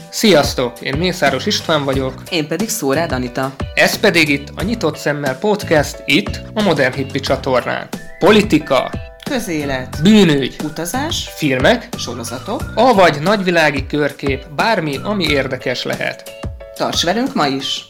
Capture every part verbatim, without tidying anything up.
Sziasztok! Én Mészáros István vagyok. Én pedig Szórád Anita. Ez pedig itt a Nyitott Szemmel Podcast, itt a Modern Hippie csatornán. Politika, közélet, bűnügy, utazás, filmek, sorozatok, avagy nagyvilági körkép, bármi, ami érdekes lehet. Tarts velünk ma is!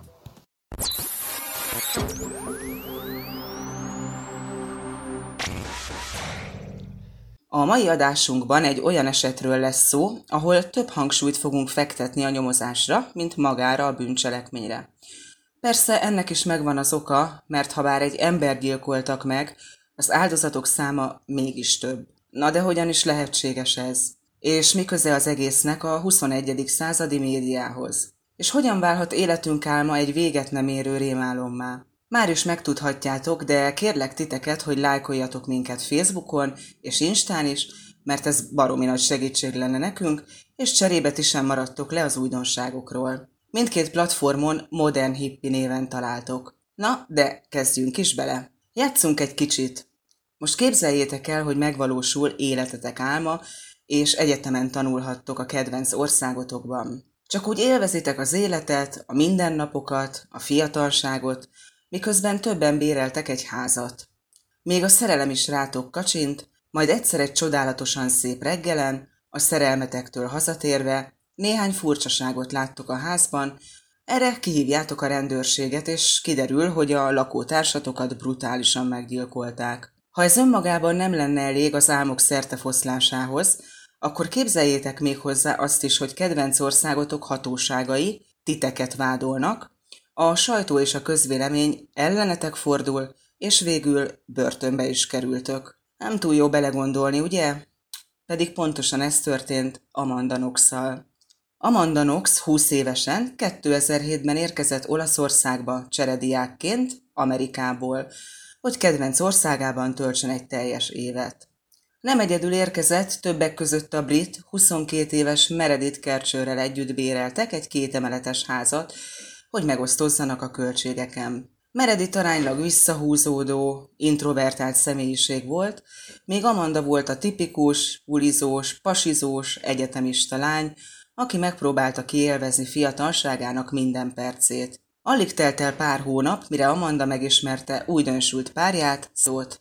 A mai adásunkban egy olyan esetről lesz szó, ahol több hangsúlyt fogunk fektetni a nyomozásra, mint magára a bűncselekményre. Persze ennek is megvan az oka, mert ha bár egy embert gyilkoltak meg, az áldozatok száma mégis több. Na de hogyan is lehetséges ez? És mi köze az egésznek a huszonegyedik századi médiához? És hogyan válhat életünk álma egy véget nem érő rémálommá? Már is megtudhatjátok, de kérlek titeket, hogy lájkoljatok minket Facebookon és Instán is, mert ez baromi nagy segítség lenne nekünk, és cserébe ti sem maradtok le az újdonságokról. Mindkét platformon Modern Hippie néven találtok. Na, de kezdjünk is bele. Játsszunk egy kicsit. Most képzeljétek el, hogy megvalósul életetek álma, és egyetemen tanulhattok a kedvenc országotokban. Csak úgy élvezitek az életet, a mindennapokat, a fiatalságot, miközben többen béreltek egy házat. Még a szerelem is rátok kacsint, majd egyszer egy csodálatosan szép reggelen, a szerelmetektől hazatérve, néhány furcsaságot láttok a házban, erre kihívjátok a rendőrséget, és kiderül, hogy a lakótársatokat brutálisan meggyilkolták. Ha ez önmagában nem lenne elég az álmok szertefoszlásához, akkor képzeljétek még hozzá azt is, hogy kedvenc országotok hatóságai titeket vádolnak, a sajtó és a közvélemény ellenetek fordul, és végül börtönbe is kerültök. Nem túl jó belegondolni, ugye? Pedig pontosan ez történt Amanda Knox-szal. Amanda Knox húsz évesen kétezer-hétben érkezett Olaszországba cserediákként Amerikából, hogy kedvenc országában töltsön egy teljes évet. Nem egyedül érkezett, többek között a brit, huszonkét éves Meredith Kercsőrrel együtt béreltek egy kétemeletes házat, hogy megosztozzanak a költségeken. Meredith aránylag visszahúzódó, introvertált személyiség volt, míg Amanda volt a tipikus, bulizós, pasizós, egyetemista lány, aki megpróbálta kiélvezni fiatalságának minden percét. Alig telt el pár hónap, mire Amanda megismerte újdonsült párját, Scottot.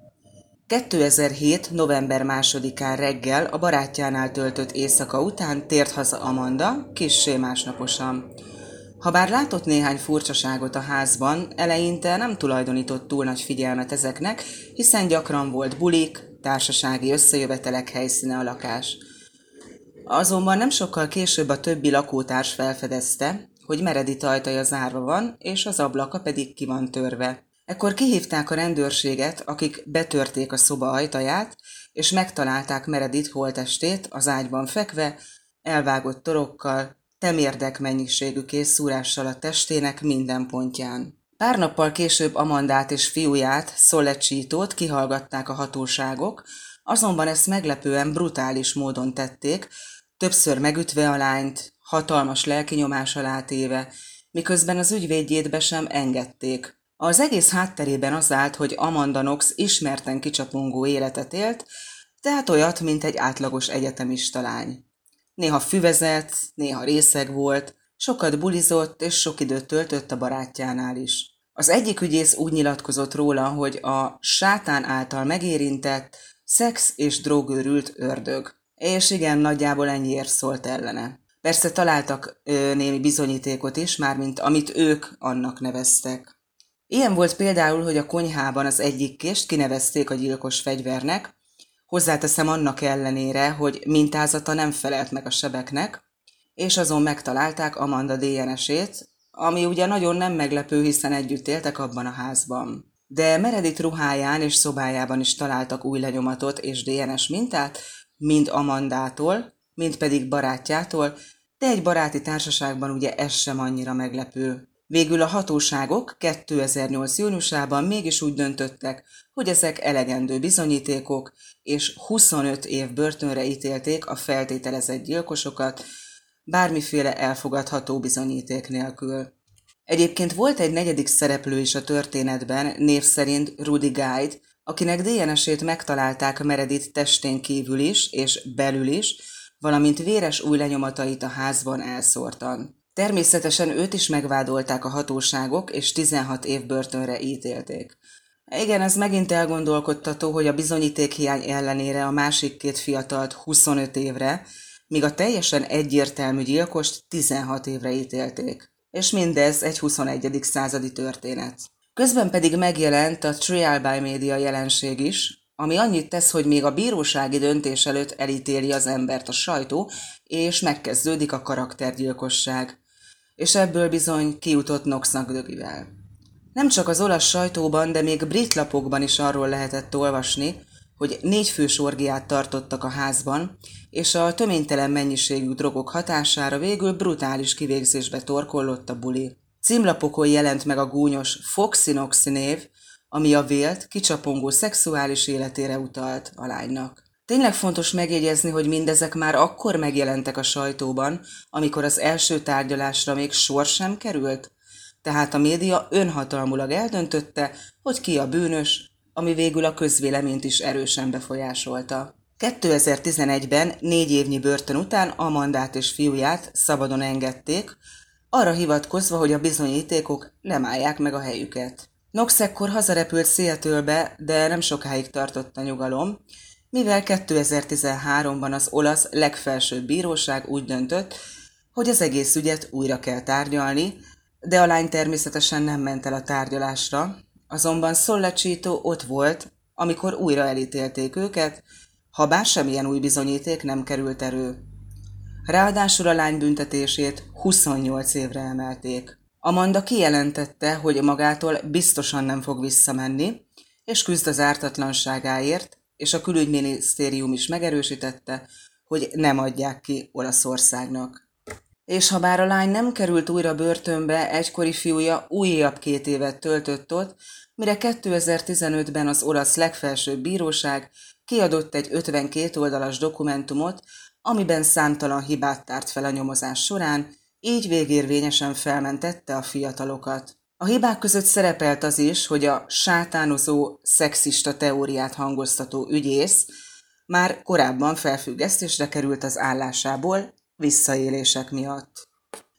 kétezer-hét. november másodikán reggel a barátjánál töltött éjszaka után tért haza Amanda, kissé másnaposan. Habár látott néhány furcsaságot a házban, eleinte nem tulajdonított túl nagy figyelmet ezeknek, hiszen gyakran volt bulik, társasági összejövetelek helyszíne a lakás. Azonban nem sokkal később a többi lakótárs felfedezte, hogy Meredith ajtaja zárva van, és az ablaka pedig ki van törve. Ekkor kihívták a rendőrséget, akik betörték a szoba ajtaját, és megtalálták Meredith holttestét az ágyban fekve, elvágott torokkal, temérdek mennyiségű készszúrással a testének minden pontján. Pár nappal később Amandát és fiúját, Solecito-t kihallgatták a hatóságok, azonban ezt meglepően brutális módon tették, többször megütve a lányt, hatalmas lelkinyomás alá téve, miközben az ügyvédjét be sem engedték. Az egész hátterében az állt, hogy Amanda Knox ismerten kicsapongó életet élt, tehát olyat, mint egy átlagos egyetemista lány. Néha füvezett, néha részeg volt, sokat bulizott és sok időt töltött a barátjánál is. Az egyik ügyész úgy nyilatkozott róla, hogy a sátán által megérintett, szex és drogőrült ördög. És igen, nagyjából ennyiért szólt ellene. Persze találtak ö, némi bizonyítékot is, mármint amit ők annak neveztek. Ilyen volt például, hogy a konyhában az egyik kést kinevezték a gyilkos fegyvernek, hozzáteszem annak ellenére, hogy mintázata nem felelt meg a sebeknek, és azon megtalálták Amanda dé en es-ét, ami ugye nagyon nem meglepő, hiszen együtt éltek abban a házban. De Meredith ruháján és szobájában is találtak új lenyomatot és dé en es mintát, mind Amandától, mind pedig barátjától, de egy baráti társaságban ugye ez sem annyira meglepő. Végül a hatóságok kétezer-nyolc. júniusában mégis úgy döntöttek, hogy ezek elegendő bizonyítékok, és huszonöt év börtönre ítélték a feltételezett gyilkosokat, bármiféle elfogadható bizonyíték nélkül. Egyébként volt egy negyedik szereplő is a történetben, név szerint Rudy Guide, akinek dé en es-ét megtalálták Meredith testén kívül is és belül is, valamint véres új lenyomatait a házban elszórtan. Természetesen őt is megvádolták a hatóságok, és tizenhat év börtönre ítélték. Igen, ez megint elgondolkodtató, hogy a bizonyítékhiány ellenére a másik két fiatalt huszonöt évre, míg a teljesen egyértelmű gyilkost tizenhat évre ítélték. És mindez egy huszonegyedik századi történet. Közben pedig megjelent a trial by media jelenség is, ami annyit tesz, hogy még a bírósági döntés előtt elítéli az embert a sajtó, és megkezdődik a karaktergyilkosság. És ebből bizony kijutott Knoxnak dögivel. Nem csak az olasz sajtóban, de még brit lapokban is arról lehetett olvasni, hogy négy fős orgiát tartottak a házban, és a töménytelen mennyiségű drogok hatására végül brutális kivégzésbe torkollott a buli. Címlapokon jelent meg a gúnyos Foxy Knoxy név, ami a vélt, kicsapongó szexuális életére utalt a lánynak. Tényleg fontos megjegyezni, hogy mindezek már akkor megjelentek a sajtóban, amikor az első tárgyalásra még sor sem került. Tehát a média önhatalmulag eldöntötte, hogy ki a bűnös, ami végül a közvéleményt is erősen befolyásolta. kétezer-tizenegyben négy évnyi börtön után Amandát és fiúját szabadon engedték, arra hivatkozva, hogy a bizonyítékok nem állják meg a helyüket. Knox ekkor hazarepült Seattle-be, de nem sokáig tartott a nyugalom, mivel kétezer-tizenháromban az olasz legfelsőbb bíróság úgy döntött, hogy az egész ügyet újra kell tárgyalni, de a lány természetesen nem ment el a tárgyalásra, azonban Sollacito ott volt, amikor újra elítélték őket, habár semmilyen új bizonyíték nem került elő. Ráadásul a lány büntetését huszonnyolc évre emelték. Amanda kijelentette, hogy magától biztosan nem fog visszamenni, és küzd az ártatlanságáért, és a külügyminisztérium is megerősítette, hogy nem adják ki Olaszországnak. És ha bár a lány nem került újra börtönbe, egykori fiúja újabb két évet töltött ott, mire kétezer-tizenötben az olasz legfelsőbb bíróság kiadott egy ötvenkét oldalas dokumentumot, amiben számtalan hibát tárt fel a nyomozás során, így végérvényesen felmentette a fiatalokat. A hibák között szerepelt az is, hogy a sátánozó, szexista teóriát hangoztató ügyész már korábban felfüggesztésre került az állásából visszaélések miatt.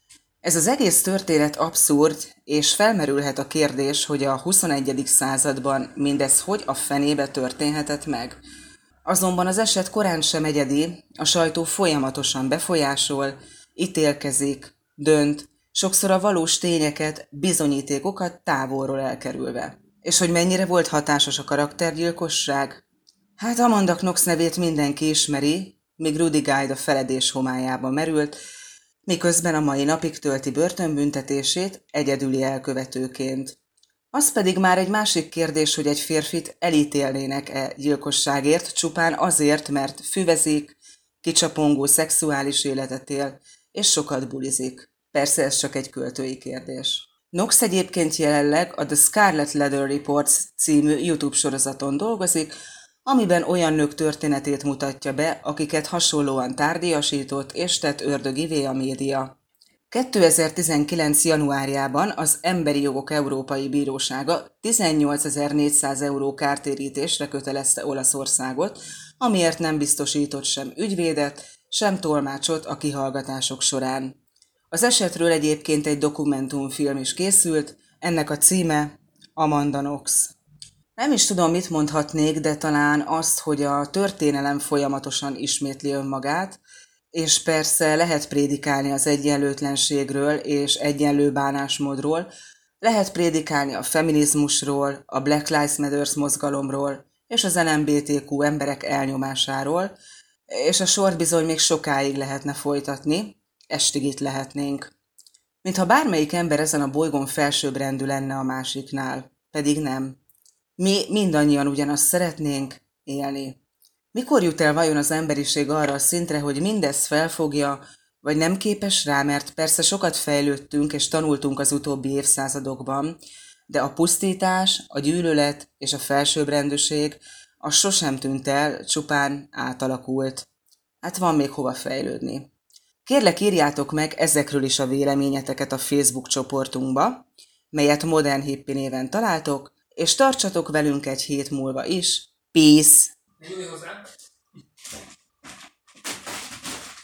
Ez az egész történet abszurd, és felmerülhet a kérdés, hogy a huszonegyedik században mindez hogy a fenébe történhetett meg. Azonban az eset korán sem egyedi, a sajtó folyamatosan befolyásol, ítélkezik, dönt, sokszor a valós tényeket, bizonyítékokat távolról elkerülve. És hogy mennyire volt hatásos a karaktergyilkosság? Hát Amanda Knox nevét mindenki ismeri, míg Rudy Guide a feledés homályába merült, miközben a mai napig tölti börtönbüntetését egyedüli elkövetőként. Az pedig már egy másik kérdés, hogy egy férfit elítélnének-e gyilkosságért, csupán azért, mert füvezik, kicsapongó szexuális életet él, és sokat bulizik. Persze ez csak egy költői kérdés. Knox egyébként jelenleg a The Scarlet Letter Reports című YouTube sorozaton dolgozik, amiben olyan nők történetét mutatja be, akiket hasonlóan tárgyasított és tett ördögivé a média. kétezer-tizenkilenc. januárjában az Emberi Jogok Európai Bírósága tizennyolcezer-négyszáz euró kártérítésre kötelezte Olaszországot, amiért nem biztosított sem ügyvédet, sem tolmácsot a kihallgatások során. Az esetről egyébként egy dokumentumfilm is készült, ennek a címe Amanda Knox. Nem is tudom, mit mondhatnék, de talán azt, hogy a történelem folyamatosan ismétli önmagát, és persze lehet prédikálni az egyenlőtlenségről és egyenlő bánásmódról, lehet prédikálni a feminizmusról, a Black Lives Matter mozgalomról és az el em bé té kú emberek elnyomásáról, és a sort bizony még sokáig lehetne folytatni, estig itt lehetnénk. Mintha bármelyik ember ezen a bolygón felsőbbrendű lenne a másiknál, pedig nem. Mi mindannyian ugyanazt szeretnénk élni. Mikor jut el vajon az emberiség arra a szintre, hogy mindezt felfogja, vagy nem képes rá, mert persze sokat fejlődtünk és tanultunk az utóbbi évszázadokban, de a pusztítás, a gyűlölet és a felsőbbrendűség az sosem tűnt el, csupán átalakult. Hát van még hova fejlődni. Kérlek, írjátok meg ezekről is a véleményeteket a Facebook csoportunkba, melyet Modern Hippie néven találtok, és tartsatok velünk egy hét múlva is. Peace!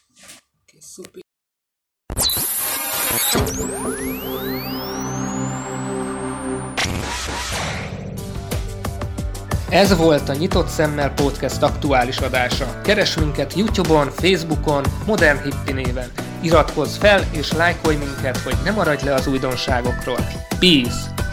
Szupi. Ez volt a Nyitott Szemmel Podcast aktuális adása. Keres minket YouTube-on, Facebookon, Modern Hippi néven. Iratkozz fel és lájkolj minket, hogy ne maradj le az újdonságokról. Peace!